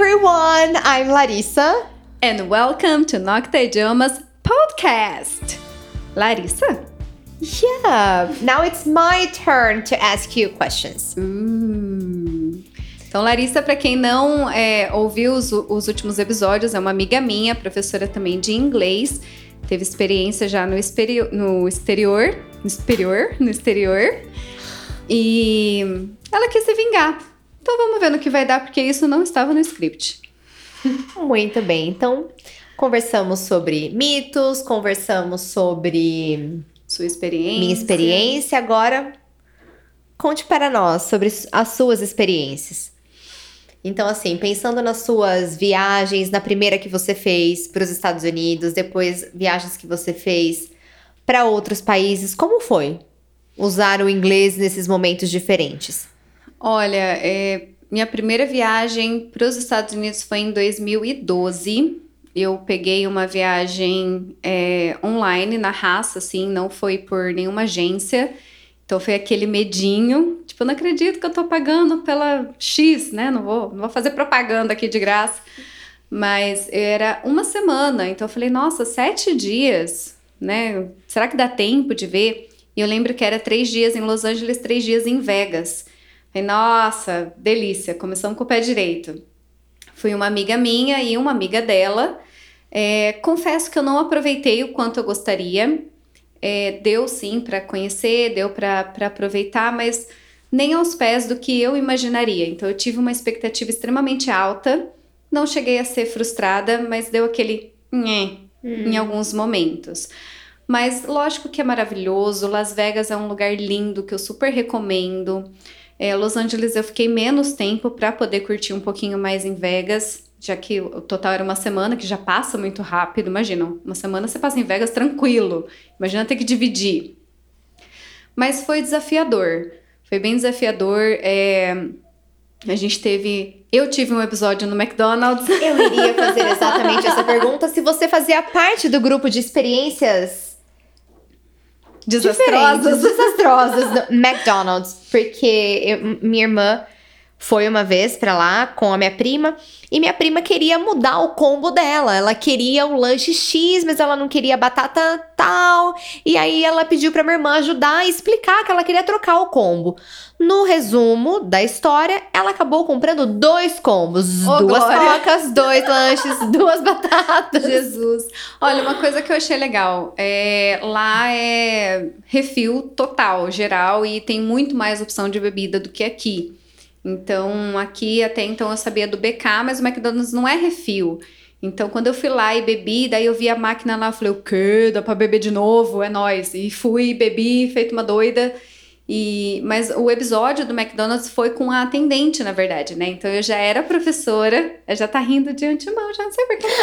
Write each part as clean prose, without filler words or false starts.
everyone! I'm Larissa. And welcome to Nocta Idiomas podcast. Larissa? Yeah, now it's my turn to ask you questions. Então, Larissa, para quem não ouviu os últimos episódios, é uma amiga minha, professora também de inglês. Teve experiência já no exterior. E ela quis se vingar. Então vamos ver no que vai dar, porque isso não estava no script. Muito bem, então conversamos sobre mitos, conversamos sobre Sua experiência. minha experiência. Agora, conte para nós sobre as suas experiências. Então, assim, pensando nas suas viagens, na primeira que você fez para os Estados Unidos, depois viagens que você fez para outros países, como foi usar o inglês nesses momentos diferentes? Olha, minha primeira viagem para os Estados Unidos foi em 2012. Eu peguei uma viagem online, na raça, assim, não foi por nenhuma agência. Então foi aquele medinho, tipo, eu não acredito que eu tô pagando pela X, né? Não vou fazer propaganda aqui de graça. Mas era uma semana, então eu falei, nossa, 7 dias, né? Será que dá tempo de ver? E eu lembro que era 3 dias em Los Angeles, 3 dias em Vegas. Falei, nossa, delícia, começamos com o pé direito. Fui uma amiga minha e uma amiga dela. Confesso que eu não aproveitei o quanto eu gostaria. Deu sim para conhecer, deu para aproveitar, mas nem aos pés do que eu imaginaria. Então eu tive uma expectativa extremamente alta, não cheguei a ser frustrada, mas deu aquele em alguns momentos. Mas lógico que é maravilhoso, Las Vegas é um lugar lindo que eu super recomendo. Los Angeles eu fiquei menos tempo para poder curtir um pouquinho mais em Vegas, já que o total era uma semana, que já passa muito rápido. Imagina, uma semana você passa em Vegas tranquilo. Imagina ter que dividir. Mas foi desafiador. Foi bem desafiador. Eu tive um episódio no McDonald's. Eu iria fazer exatamente essa pergunta, se você fazia parte do grupo de experiências desastrosas do McDonald's, porque minha irmã foi uma vez pra lá com a minha prima, e minha prima queria mudar o combo dela. Ela queria o lanche X, mas ela não queria batata tal. E aí ela pediu pra minha irmã ajudar e explicar que ela queria trocar o combo. No resumo da história, ela acabou comprando 2 combos. 2 cocas, 2 lanches, 2 batatas. Jesus. Olha, uma coisa que eu achei legal. Lá é refil total, geral, e tem muito mais opção de bebida do que aqui. Então, aqui até então eu sabia do BK, mas o McDonald's não é refil. Então, quando eu fui lá e bebi, daí eu vi a máquina lá, eu falei, o quê? Dá pra beber de novo? É nóis. E fui, bebi, feito uma doida. Mas o episódio do McDonald's foi com a atendente, na verdade, né? Então, eu já era professora, já tá rindo de antemão, já não sei porquê.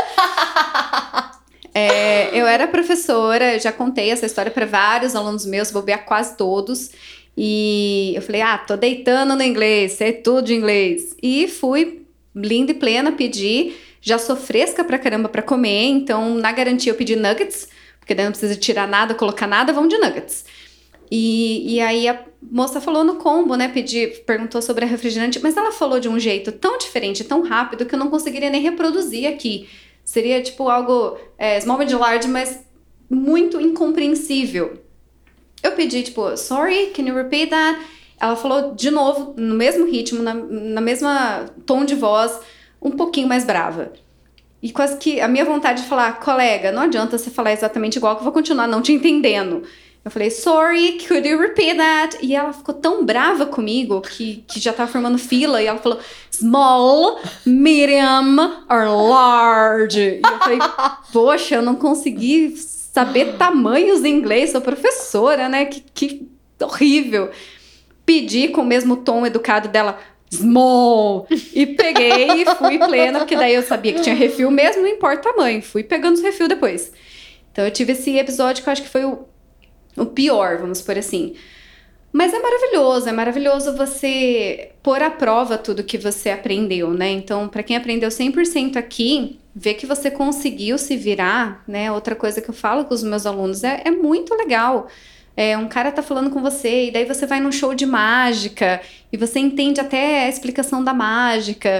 Eu era professora, eu já contei essa história para vários alunos meus, vou ver quase todos. E eu falei, tô deitando no inglês, sei tudo de inglês. E fui, linda e plena, pedi. Já sou fresca pra caramba pra comer, então na garantia eu pedi nuggets, porque daí não precisa tirar nada, colocar nada, vamos de nuggets. E aí a moça falou no combo, né, perguntou sobre a refrigerante, mas ela falou de um jeito tão diferente, tão rápido, que eu não conseguiria nem reproduzir aqui. Seria tipo algo small, medium, large, mas muito incompreensível. Eu pedi, tipo, sorry, can you repeat that? Ela falou de novo, no mesmo ritmo, na mesma tom de voz, um pouquinho mais brava. E quase que a minha vontade de falar, colega, não adianta você falar exatamente igual que eu vou continuar não te entendendo. Eu falei, sorry, could you repeat that? E ela ficou tão brava comigo que já tava formando fila. E ela falou, small, medium or large. E eu falei, poxa, eu não consegui saber tamanhos em inglês, sou professora, né? Que horrível. Pedi com o mesmo tom educado dela, small. E peguei e fui plena, porque daí eu sabia que tinha refil mesmo, não importa o tamanho. Fui pegando os refil depois. Então eu tive esse episódio que eu acho que foi o pior, vamos por assim. Mas é maravilhoso você pôr à prova tudo que você aprendeu, né? Então, para quem aprendeu 100% aqui, ver que você conseguiu se virar, né? Outra coisa que eu falo com os meus alunos é muito legal. Um cara tá falando com você e daí você vai num show de mágica e você entende até a explicação da mágica.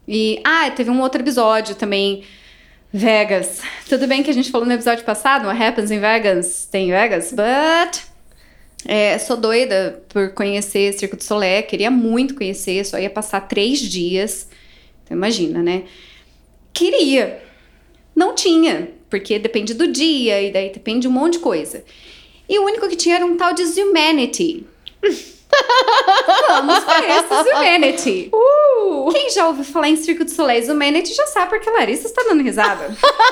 E, teve um outro episódio também, Vegas. Tudo bem que a gente falou no episódio passado, What Happens in Vegas, stay in Vegas, but... sou doida por conhecer Cirque du Soleil, queria muito conhecer, só ia passar 3 dias. Então imagina, né? Queria. Não tinha, porque depende do dia, e daí depende de um monte de coisa. E o único que tinha era um tal de Zumanity. Vamos ver esse Zumanity. Quem já ouviu falar em Cirque du Soleil Zumanity já sabe porque a Larissa está dando risada.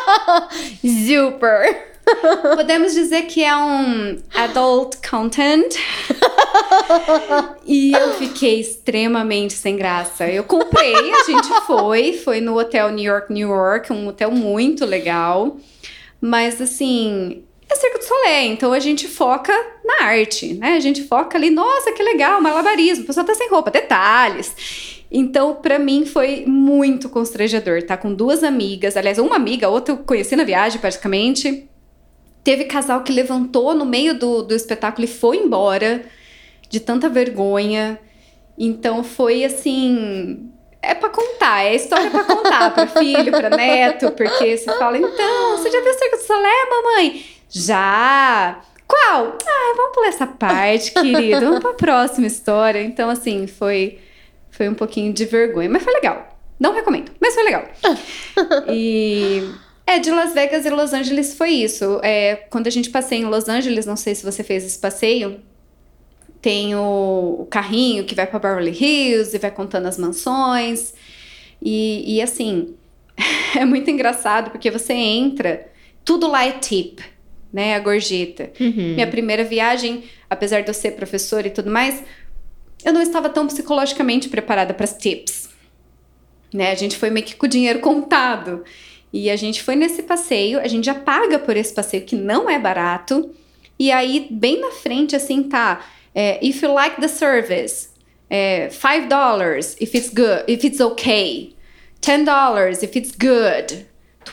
Super! Podemos dizer que é um adult content. E eu fiquei extremamente sem graça. Eu comprei, a gente foi no hotel New York, um hotel muito legal. Mas assim, é Cirque du Soleil, então a gente foca na arte, né? A gente foca ali, nossa, que legal, malabarismo, a pessoa tá sem roupa, detalhes. Então, pra mim, foi muito constrangedor, tá? Com 2 amigas, aliás, uma amiga, a outra eu conheci na viagem, praticamente. Teve casal que levantou no meio do espetáculo e foi embora, de tanta vergonha. Então, foi assim... É pra contar, é história pra contar, pra filho, pra neto, porque você fala, então, você já viu o Cirque du Soleil, mamãe? Já! Qual? Vamos pular essa parte, querido, vamos pra próxima história. Então, assim, foi um pouquinho de vergonha, mas foi legal. Não recomendo, mas foi legal. De Las Vegas e Los Angeles foi isso. Quando a gente passeia em Los Angeles, não sei se você fez esse passeio, tem o carrinho que vai pra Beverly Hills e vai contando as mansões. E assim, é muito engraçado porque você entra, tudo lá é tip, né? A gorjeta. Uhum. Minha primeira viagem, apesar de eu ser professora e tudo mais, eu não estava tão psicologicamente preparada para as tips. Né? A gente foi meio que com o dinheiro contado. E a gente foi nesse passeio, a gente já paga por esse passeio, que não é barato. E aí, bem na frente, assim, tá... if you like the service, $5 if it's good, if it's okay. $10 if it's good.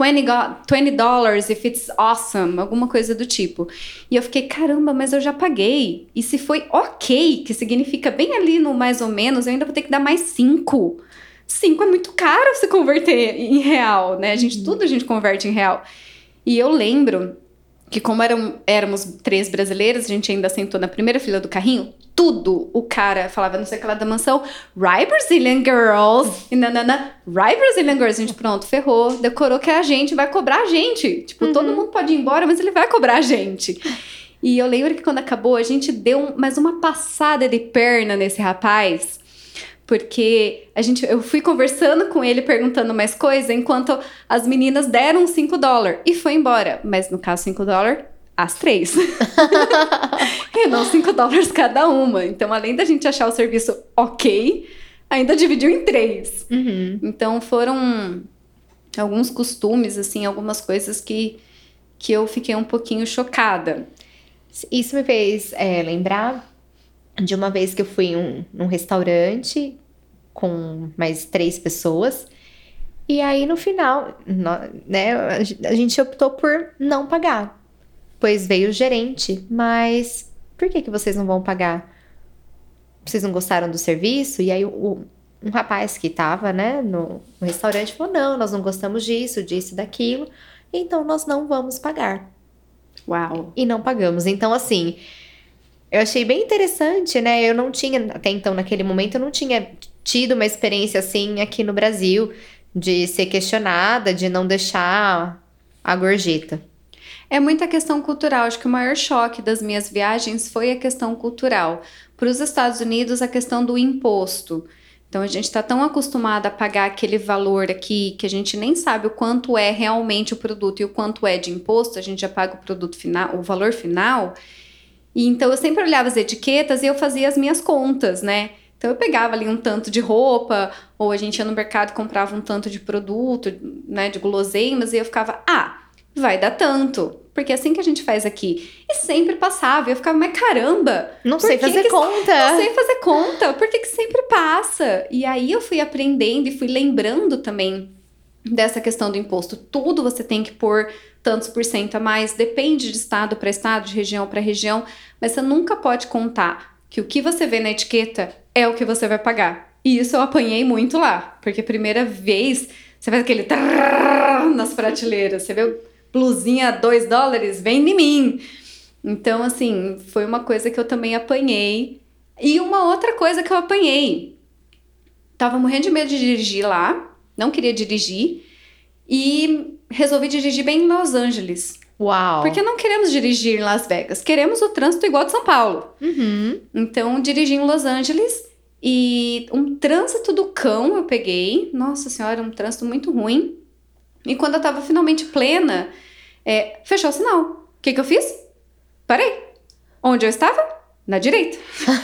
$20 if it's awesome. Alguma coisa do tipo. E eu fiquei, caramba, mas eu já paguei. E se foi ok, que significa bem ali no mais ou menos, eu ainda vou ter que dar mais 5. 5 é muito caro se converter em real, né? Tudo a gente converte em real. E eu lembro que como éramos 3 brasileiras, a gente ainda sentou na primeira fila do carrinho, tudo o cara falava, não sei o que lá da mansão, right Brazilian girls, e nanana, right Brazilian girls, a gente pronto, ferrou, decorou que a gente vai cobrar a gente. Tipo, todo mundo pode ir embora, mas ele vai cobrar a gente. E eu lembro que quando acabou, a gente deu mais uma passada de perna nesse rapaz, porque eu fui conversando com ele, perguntando mais coisa, enquanto as meninas deram $5 e foi embora. Mas no caso, $5, as 3. E não $5 cada uma. Então, além da gente achar o serviço ok, ainda dividiu em 3. Uhum. Então, foram alguns costumes, assim, algumas coisas que eu fiquei um pouquinho chocada. Isso me fez lembrar de uma vez que eu fui num restaurante com mais 3 pessoas. E aí, no final, né, a gente optou por não pagar. Pois veio o gerente, mas por que vocês não vão pagar? Vocês não gostaram do serviço? E aí, um rapaz que tava, né, no restaurante falou, não, nós não gostamos disso, daquilo. Então, nós não vamos pagar. Uau! E não pagamos. Então, assim... Eu achei bem interessante, né? Eu não tinha, até então, naquele momento, eu não tinha tido uma experiência assim aqui no Brasil, de ser questionada, de não deixar a gorjeta. É muita questão cultural. Acho que o maior choque das minhas viagens foi a questão cultural. Para os Estados Unidos, a questão do imposto. Então, a gente está tão acostumado a pagar aquele valor aqui, que a gente nem sabe o quanto é realmente o produto e o quanto é de imposto. A gente já paga o produto final, o valor final... E então eu sempre olhava as etiquetas e eu fazia as minhas contas, né? Então eu pegava ali um tanto de roupa, ou a gente ia no mercado e comprava um tanto de produto, né, de guloseimas, e eu ficava, vai dar tanto. Porque é assim que a gente faz aqui. E sempre passava, e eu ficava, mas caramba! Não sei fazer conta. Não sei fazer conta, por que sempre passa? E aí eu fui aprendendo e fui lembrando também dessa questão do imposto. Tudo você tem que pôr tantos % a mais, depende de estado para estado, de região para região, mas você nunca pode contar que o que você vê na etiqueta é o que você vai pagar. E isso eu apanhei muito lá. Porque a primeira vez, você faz aquele trrr nas prateleiras. Você vê blusinha $2, vem de mim. Então, assim, foi uma coisa que eu também apanhei. E uma outra coisa que eu apanhei. Tava morrendo de medo de dirigir lá. Não queria dirigir. E resolvi dirigir bem em Los Angeles. Uau! Porque não queremos dirigir em Las Vegas. Queremos o trânsito igual de São Paulo. Uhum. Então, dirigi em Los Angeles. E um trânsito do cão eu peguei. Nossa senhora, um trânsito muito ruim. E quando eu tava finalmente plena, fechou o sinal. O que eu fiz? Parei. Onde eu estava? Na direita.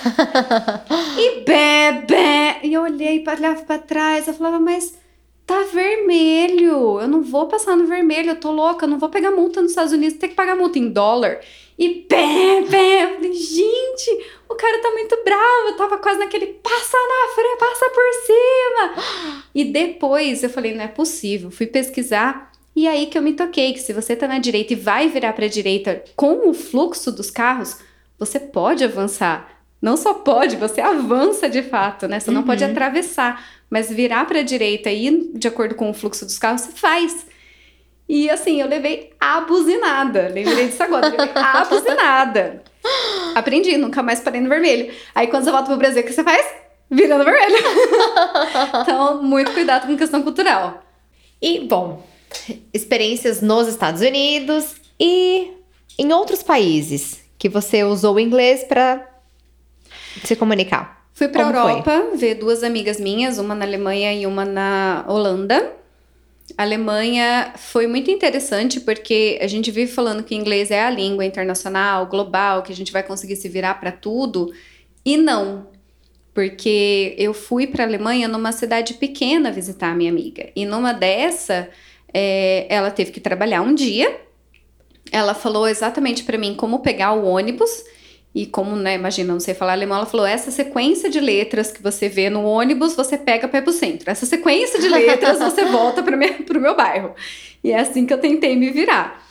E bé. E eu olhei, olhava pra trás. Eu falava, mas tá vermelho. Eu não vou passar no vermelho. Eu tô louca. Eu não vou pegar multa nos Estados Unidos. Tem que pagar multa em dólar. E bé. Eu falei, gente, o cara tá muito bravo. Eu tava quase naquele passa na frente, passa por cima. E depois eu falei, não é possível. Fui pesquisar. E aí que eu me toquei que se você tá na direita e vai virar pra direita com o fluxo dos carros, você pode avançar. Não só pode, você avança de fato, né? Você não pode atravessar, mas virar pra direita e ir de acordo com o fluxo dos carros, você faz. E assim, eu levei a buzinada. Lembrei disso agora, eu levei a buzinada. Aprendi, nunca mais parei no vermelho. Aí quando você volta pro Brasil, o que você faz? Vira no vermelho. Então, muito cuidado com questão cultural. E, bom, experiências nos Estados Unidos e em outros países que você usou o inglês para se comunicar. Fui pra Como Europa ver 2 amigas minhas, uma na Alemanha e uma na Holanda. A Alemanha foi muito interessante porque a gente vive falando que inglês é a língua internacional, global, que a gente vai conseguir se virar para tudo. E não, porque eu fui para a Alemanha numa cidade pequena visitar a minha amiga. E numa dessa, ela teve que trabalhar um dia. Ela falou exatamente para mim como pegar o ônibus. E como, né, imagina, não sei falar alemão, ela falou, essa sequência de letras que você vê no ônibus, você pega para ir pro centro. Essa sequência de letras, você volta pro meu bairro. E é assim que eu tentei me virar.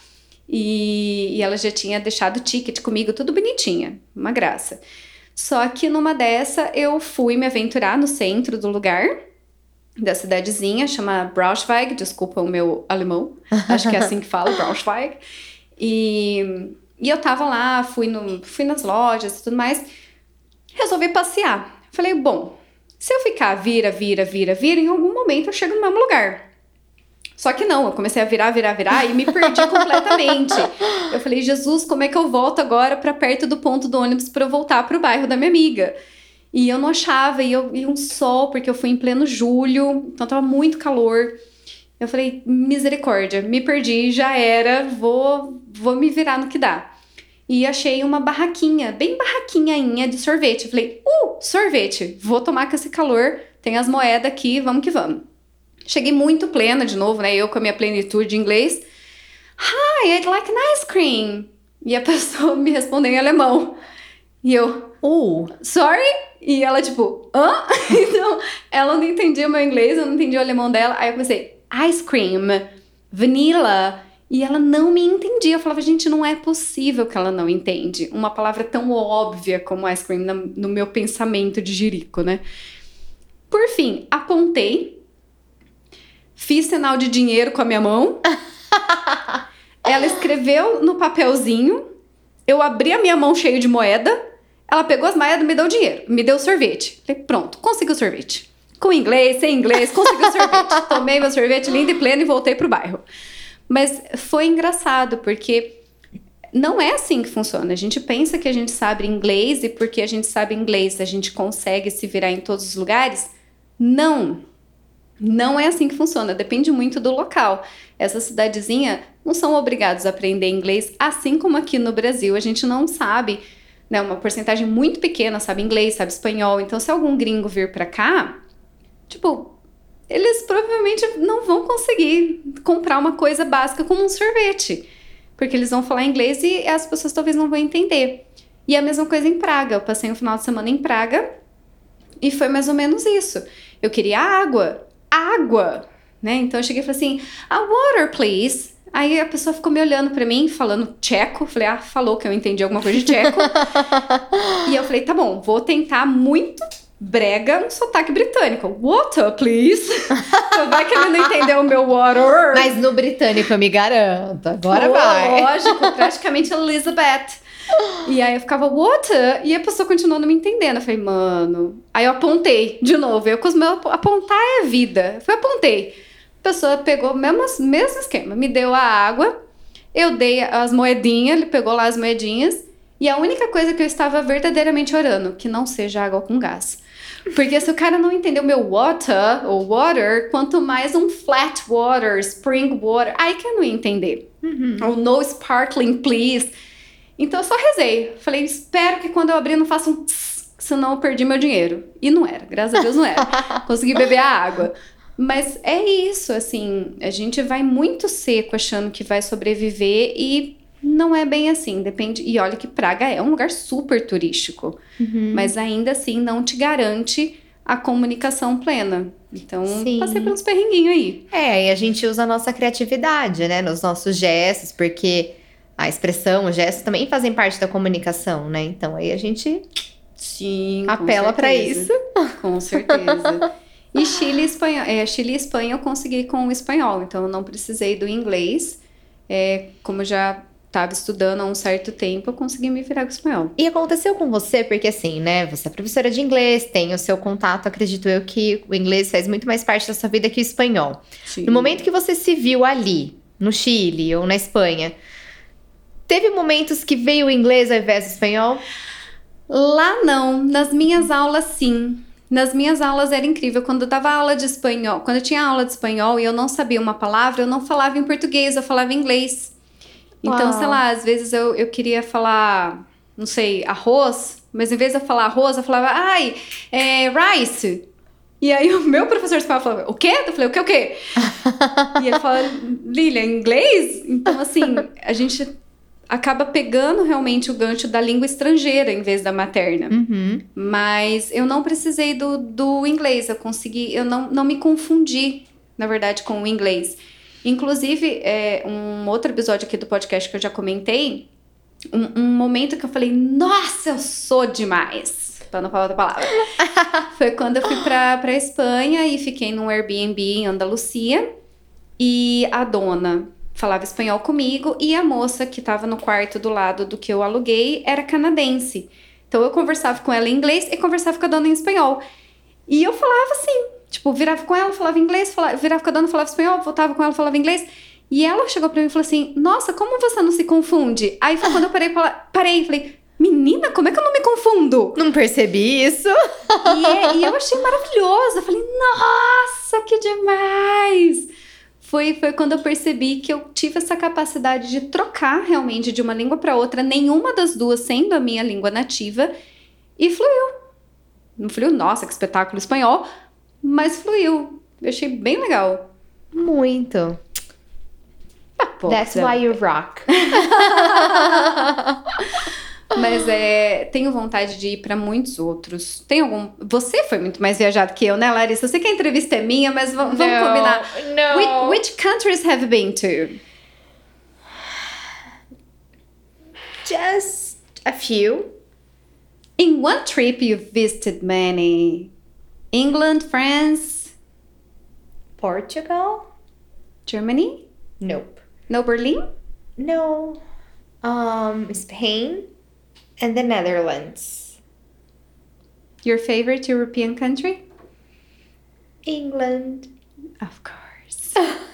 E ela já tinha deixado o ticket comigo, tudo bonitinha, uma graça. Só que numa dessa, eu fui me aventurar no centro do lugar, da cidadezinha, chama Braunschweig, desculpa o meu alemão, acho que é assim que fala, Braunschweig. E eu tava lá, fui nas lojas e tudo mais, resolvi passear. Falei, bom, se eu ficar vira, em algum momento eu chego no mesmo lugar. Só que não, eu comecei a virar e me perdi completamente. Eu falei, Jesus, como é que eu volto agora pra perto do ponto do ônibus pra eu voltar pro bairro da minha amiga? E eu não achava, e um sol, porque eu fui em pleno julho, então tava muito calor. Eu falei, misericórdia, me perdi, já era, vou me virar no que dá. E achei uma barraquinha, bem barraquinhainha de sorvete. Eu falei, sorvete, vou tomar com esse calor, tem as moedas aqui, vamos que vamos. Cheguei muito plena de novo, né, eu com a minha plenitude de inglês. Hi, I'd like an ice cream. E a pessoa me respondeu em alemão. E eu, sorry? E ela tipo, hã? Então, ela não entendia o meu inglês, eu não entendia o alemão dela. Aí eu comecei, ice cream, vanilla. E ela não me entendia. Eu falava, gente, não é possível que ela não entende uma palavra tão óbvia como ice cream no meu pensamento de jirico, né? Por fim, apontei, fiz sinal de dinheiro com a minha mão. Ela escreveu no papelzinho, eu abri a minha mão cheia de moeda, ela pegou as moedas e me deu o dinheiro, me deu o sorvete. Falei, pronto, consegui o sorvete. Com inglês, sem inglês, consegui o sorvete. Tomei meu sorvete lindo e pleno e voltei pro bairro. Mas foi engraçado, porque não é assim que funciona. A gente pensa que a gente sabe inglês e porque a gente sabe inglês a gente consegue se virar em todos os lugares. Não é assim que funciona. Depende muito do local. Essa cidadezinha não são obrigados a aprender inglês, assim como aqui no Brasil. A gente não sabe, né? Uma porcentagem muito pequena sabe inglês, sabe espanhol. Então, se algum gringo vir pra cá, tipo, eles provavelmente não vão conseguir comprar uma coisa básica como um sorvete. Porque eles vão falar inglês e as pessoas talvez não vão entender. E a mesma coisa em Praga. Eu passei um final de semana em Praga e foi mais ou menos isso. Eu queria água, né? Então eu cheguei e falei assim, water, please. Aí a pessoa ficou me olhando pra mim, falando tcheco. Falei, falou que eu entendi alguma coisa de tcheco. E eu falei, tá bom, vou tentar muito brega, um sotaque britânico. Water, please. Vai que ele não entendeu o meu water. Mas no britânico eu me garanto. Agora vai. Lógico, praticamente Elizabeth. E aí eu ficava, water? E a pessoa continuou não me entendendo. Eu falei, mano... Aí eu apontei, de novo. Eu com os meus... Apontar é vida. Eu apontei. A pessoa pegou o mesmo esquema. Me deu a água. Eu dei as moedinhas. Ele pegou lá as moedinhas. E a única coisa que eu estava verdadeiramente orando, que não seja água com gás. Porque se o cara não entendeu meu water, ou water, quanto mais um flat water, spring water, aí que eu não ia entender. Ou no sparkling, please. Então eu só rezei. Falei, espero que quando eu abrir não faça um tss, senão eu perdi meu dinheiro. E não era, graças a Deus não era. Consegui beber a água. Mas é isso, assim, a gente vai muito seco achando que vai sobreviver e não é bem assim, depende. E olha que Praga é um lugar super turístico, mas ainda assim não te garante a comunicação plena. Então, passei por uns perrenguinhos aí. E a gente usa a nossa criatividade, né, nos nossos gestos, porque a expressão, os gestos também fazem parte da comunicação, né? Então aí a gente apela para isso. Com certeza. E Chile e Espanha eu consegui com o espanhol, então eu não precisei do inglês. Como eu já estava estudando há um certo tempo, eu consegui me virar com o espanhol. E aconteceu com você, porque assim, né, você é professora de inglês, tem o seu contato, acredito eu que o inglês faz muito mais parte da sua vida que o espanhol. Sim. No momento que você se viu ali, no Chile ou na Espanha, teve momentos que veio o inglês ao invés do espanhol? Lá não, nas minhas aulas sim. Nas minhas aulas era incrível, quando eu dava aula de espanhol, quando eu tinha aula de espanhol e eu não sabia uma palavra, eu não falava em português, eu falava em inglês. Então, sei lá, às vezes eu queria falar, não sei, arroz, mas em vez de eu falar arroz, eu falava, rice. E aí o meu professor de espanhol falava, o quê? Eu falei, o quê? E ele falava, Lilia, em inglês? Então, assim, a gente acaba pegando realmente o gancho da língua estrangeira em vez da materna. Mas eu não precisei do inglês, eu não me confundi, na verdade, com o inglês. Inclusive, um outro episódio aqui do podcast que eu já comentei, um momento que eu falei, nossa, eu sou demais, pra não falar outra palavra. Foi quando eu fui pra Espanha e fiquei num Airbnb em Andalucia, e a dona falava espanhol comigo, e a moça que tava no quarto do lado do que eu aluguei era canadense. Então eu conversava com ela em inglês e conversava com a dona em espanhol. E eu falava assim, tipo, virava com ela, falava inglês, virava com a dona, falava espanhol, voltava com ela, falava inglês. E ela chegou pra mim e falou assim, nossa, como você não se confunde? Aí foi quando eu parei e falei, menina, como é que eu não me confundo? Não percebi isso. E eu achei maravilhoso. Eu falei, nossa, que demais! Foi quando eu percebi que eu tive essa capacidade de trocar realmente de uma língua para outra, nenhuma das duas sendo a minha língua nativa, e fluiu. Não fluiu, nossa, que espetáculo espanhol, mas fluiu. Eu achei bem legal. Muito. That's why you rock. Mas tenho vontade de ir para muitos outros. Tem algum... Você foi muito mais viajado que eu, né, Larissa? Eu sei que a entrevista é minha, mas vamos combinar. No. Which countries have you been to? Just a few. In one trip, you visited many. England, France, Portugal? Germany? Nope. No Berlin? No. Spain and the Netherlands. Your favorite European country? England. Of course.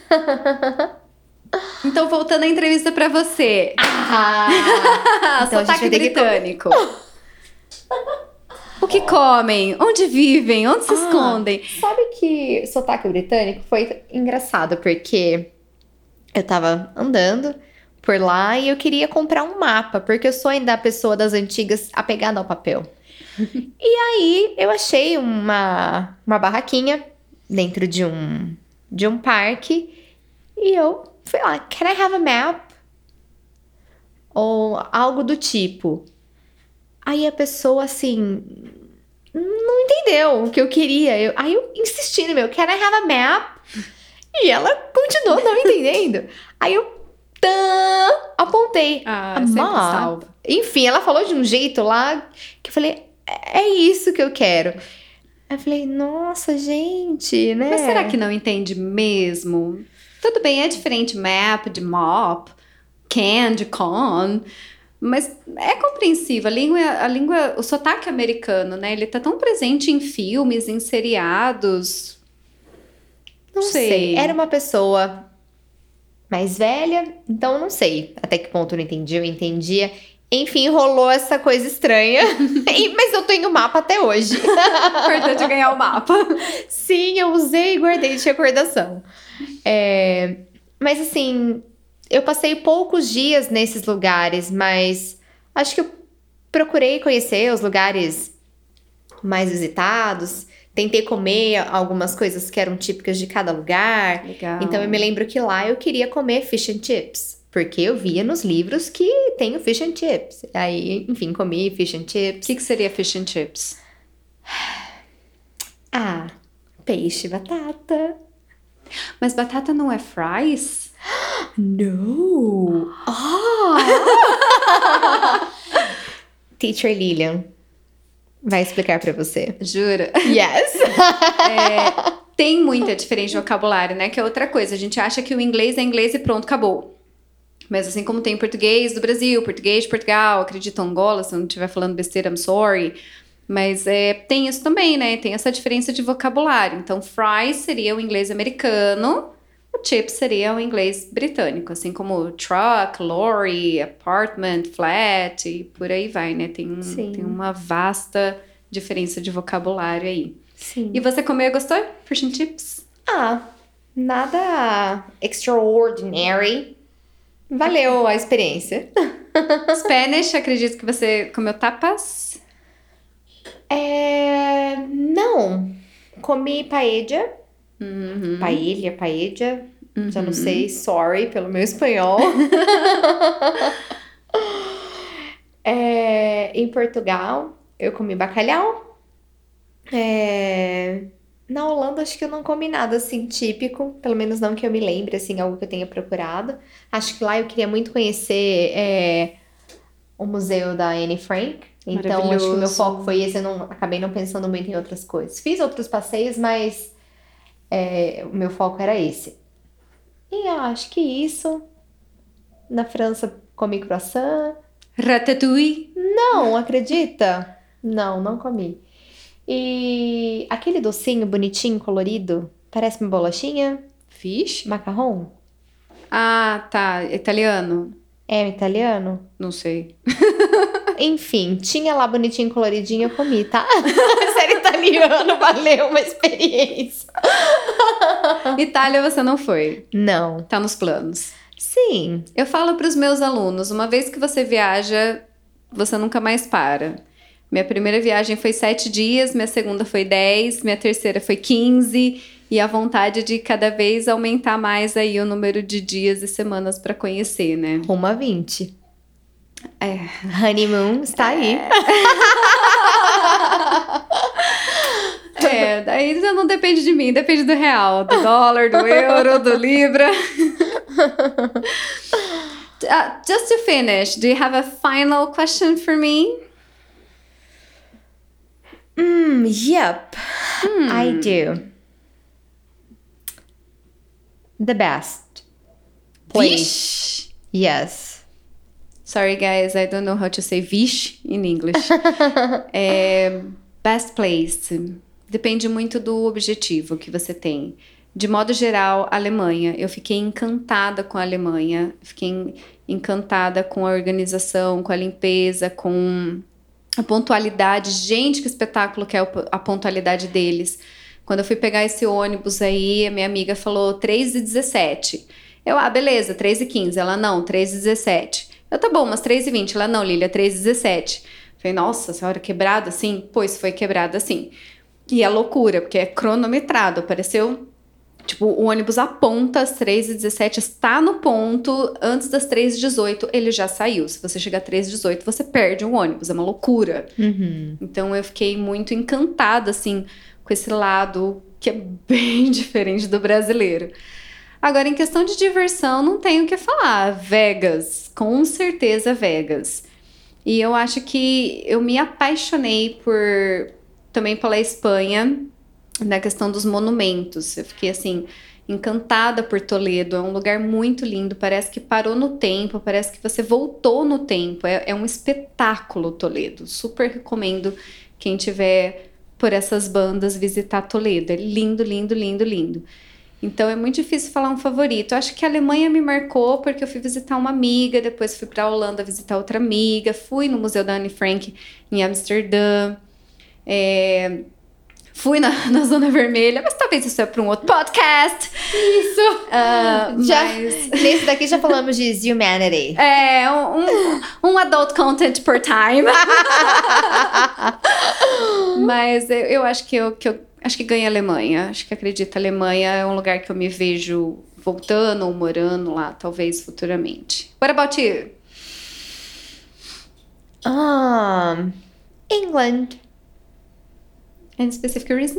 Então, voltando à entrevista pra você. Então sotaque britânico. O que comem? Onde vivem? Onde se escondem? Sabe que sotaque britânico foi engraçado, porque eu tava andando por lá e eu queria comprar um mapa, porque eu sou ainda a pessoa das antigas apegada ao papel. E aí eu achei uma barraquinha dentro de um parque e eu fui lá, can I have a map? Ou algo do tipo. Aí a pessoa, assim, não entendeu o que eu queria. Aí eu insisti no meu, can I have a map? E ela continuou não entendendo. Aí eu apontei. Ah, sempre salva. Enfim, ela falou de um jeito lá que eu falei, é isso que eu quero. Aí eu falei, nossa, gente, né? Mas será que não entende mesmo? Tudo bem, é diferente map de mop, can de con, mas é compreensível. O sotaque americano, né? Ele tá tão presente em filmes, em seriados. Não sei. Era uma pessoa mais velha, então não sei até que ponto eu não entendi, eu entendia. Enfim, rolou essa coisa estranha. Mas eu tenho mapa até hoje. Importante ganhar o mapa. Sim, eu usei e guardei de recordação. Mas assim, eu passei poucos dias nesses lugares, mas acho que eu procurei conhecer os lugares mais visitados. Tentei comer algumas coisas que eram típicas de cada lugar. Legal. Então eu me lembro que lá eu queria comer fish and chips. Porque eu via nos livros que tem o fish and chips. Aí, enfim, comi fish and O chips. que seria fish and chips? Ah, peixe, batata. Mas batata não é fries? No! Teacher Lilian vai explicar pra você. Jura? Yes! Tem muita diferença de vocabulário, né? Que é outra coisa. A gente acha que o inglês é inglês e pronto, acabou. Mas assim como tem português do Brasil, português de Portugal, acredito Angola, se eu não estiver falando besteira, I'm sorry. Mas tem isso também, né? Tem essa diferença de vocabulário. Então, fries seria o inglês americano, o chips seria o inglês britânico. Assim como truck, lorry, apartment, flat e por aí vai, né? Tem uma vasta diferença de vocabulário aí. Sim. E você comeu e gostou? Fish and chips? Nada extraordinary. Valeu a experiência. Spanish, acredito que você comeu tapas. Não. Comi paella. Uhum. Paella. Já não sei, sorry pelo meu espanhol. Em Portugal, eu comi bacalhau. Na Holanda, acho que eu não comi nada assim típico, pelo menos não que eu me lembre, assim, algo que eu tenha procurado. Acho que lá eu queria muito conhecer o museu da Anne Frank. Então, acho que o meu foco foi esse, eu acabei não pensando muito em outras coisas. Fiz outros passeios, mas o meu foco era esse. E acho que isso. Na França, comi croissant. Ratatouille. Não, acredita? Não comi. E aquele docinho bonitinho, colorido, parece uma bolachinha? Fish? Macarrão? Ah, tá. Italiano? É italiano? Não sei. Enfim, tinha lá bonitinho, coloridinho, eu comi, tá? Se era italiano, valeu uma experiência. Itália você não foi? Não. Tá nos planos. Sim. Eu falo pros meus alunos, uma vez que você viaja, você nunca mais para. Minha primeira viagem foi 7 dias, minha segunda foi 10, minha terceira foi 15, e a vontade de cada vez aumentar mais aí o número de dias e semanas para conhecer, né? Rumo a 20. Honeymoon está aí. Daí já não depende de mim, depende do real, do dólar, do euro, do libra. Just to finish, do you have a final question for me? Yep, I do. The best place. Vixe. Yes. Sorry guys, I don't know how to say vixe in English. Best place. Depende muito do objetivo que você tem. De modo geral, Alemanha. Eu fiquei encantada com a Alemanha. Fiquei encantada com a organização, com a limpeza, com a pontualidade. Gente, que espetáculo que é a pontualidade deles. Quando eu fui pegar esse ônibus aí, a minha amiga falou 3h17. Eu, beleza, 3h15. Ela, não, 3h17. Eu, tá bom, mas 3h20. Ela, não, Lília, 3h17. Falei, nossa senhora, quebrado assim? Pois foi quebrado assim. E é loucura, porque é cronometrado. Apareceu, tipo, o ônibus aponta às 3h17, está no ponto, antes das 3h18 ele já saiu. Se você chegar às 3h18, você perde o ônibus, é uma loucura. Uhum. Então eu fiquei muito encantada, assim, com esse lado que é bem diferente do brasileiro. Agora, em questão de diversão, não tenho o que falar. Vegas, com certeza Vegas. E eu acho que eu me apaixonei por também pela Espanha, na questão dos monumentos. Eu fiquei, assim, encantada por Toledo. É um lugar muito lindo, parece que parou no tempo, parece que você voltou no tempo. É um espetáculo, Toledo. Super recomendo quem tiver por essas bandas visitar Toledo. É lindo, lindo, lindo, lindo. Então é muito difícil falar um favorito. Eu acho que a Alemanha me marcou porque eu fui visitar uma amiga, depois fui para a Holanda visitar outra amiga, fui no Museu da Anne Frank em Amsterdã, fui na Zona Vermelha, mas talvez isso é para um outro podcast. Isso! Nesse daqui já falamos de Humanity. Um adult content per time. Mas eu acho que acho que ganha a Alemanha. Acho que acredito, a Alemanha é um lugar que eu me vejo voltando ou morando lá, talvez futuramente. What about you? England. Any specific reason?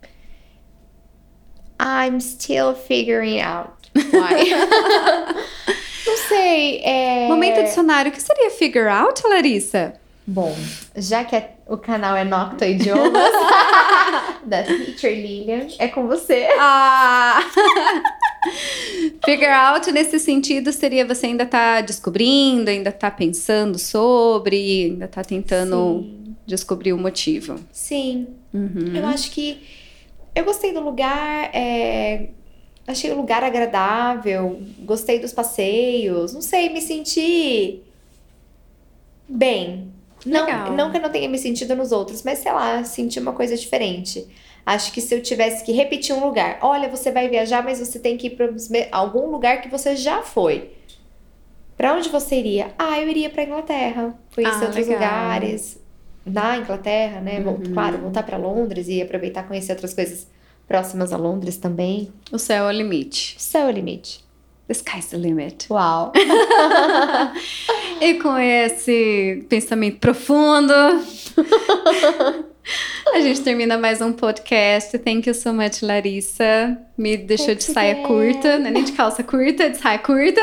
I'm still figuring out why. Não sei. Momento dicionário. O que seria figure out, Larissa? Bom, já que o canal é Nocta Idiomas, da Teacher Lilian, é com você. Figure out, nesse sentido, seria você ainda tá descobrindo, ainda tá pensando sobre, ainda tá tentando descobrir o motivo. Sim. Eu acho que eu gostei do lugar, achei o lugar agradável, gostei dos passeios, não sei, me senti bem. Não que eu não tenha me sentido nos outros, mas sei lá, senti uma coisa diferente. Acho que se eu tivesse que repetir um lugar, olha, você vai viajar, mas você tem que ir para algum lugar que você já foi. Pra onde você iria? Eu iria pra Inglaterra, conhecer outros lugares na Inglaterra, né? Claro, voltar pra Londres e aproveitar e conhecer outras coisas próximas a Londres também. O céu é o limite. O céu é o limite. The sky's the limit. Uau! E com esse pensamento profundo, a gente termina mais um podcast. Thank you so much, Larissa. Me deixou de saia curta, não é nem de calça curta, de saia curta.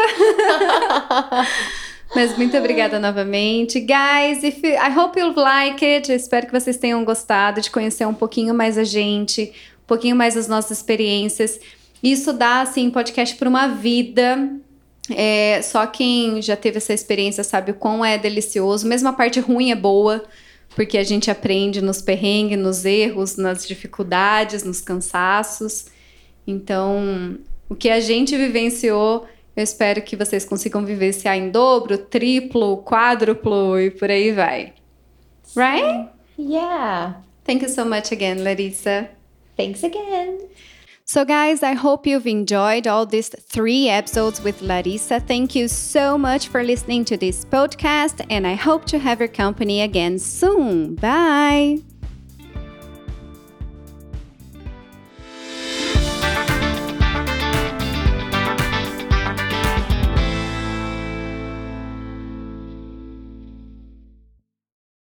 Mas muito obrigada novamente. Guys, I hope you'll like it. Eu espero que vocês tenham gostado de conhecer um pouquinho mais a gente, um pouquinho mais as nossas experiências. Isso dá, assim, podcast para uma vida. Só quem já teve essa experiência sabe o quão é delicioso. Mesmo a parte ruim é boa, porque a gente aprende nos perrengues, nos erros, nas dificuldades, nos cansaços. Então, o que a gente vivenciou, eu espero que vocês consigam vivenciar em dobro, triplo, quádruplo e por aí vai. Right? Yeah. Thank you so much again, Larissa. Thanks again. So guys, I hope you've enjoyed all these 3 episodes with Larissa. Thank you so much for listening to this podcast, and I hope to have your company again soon. Bye!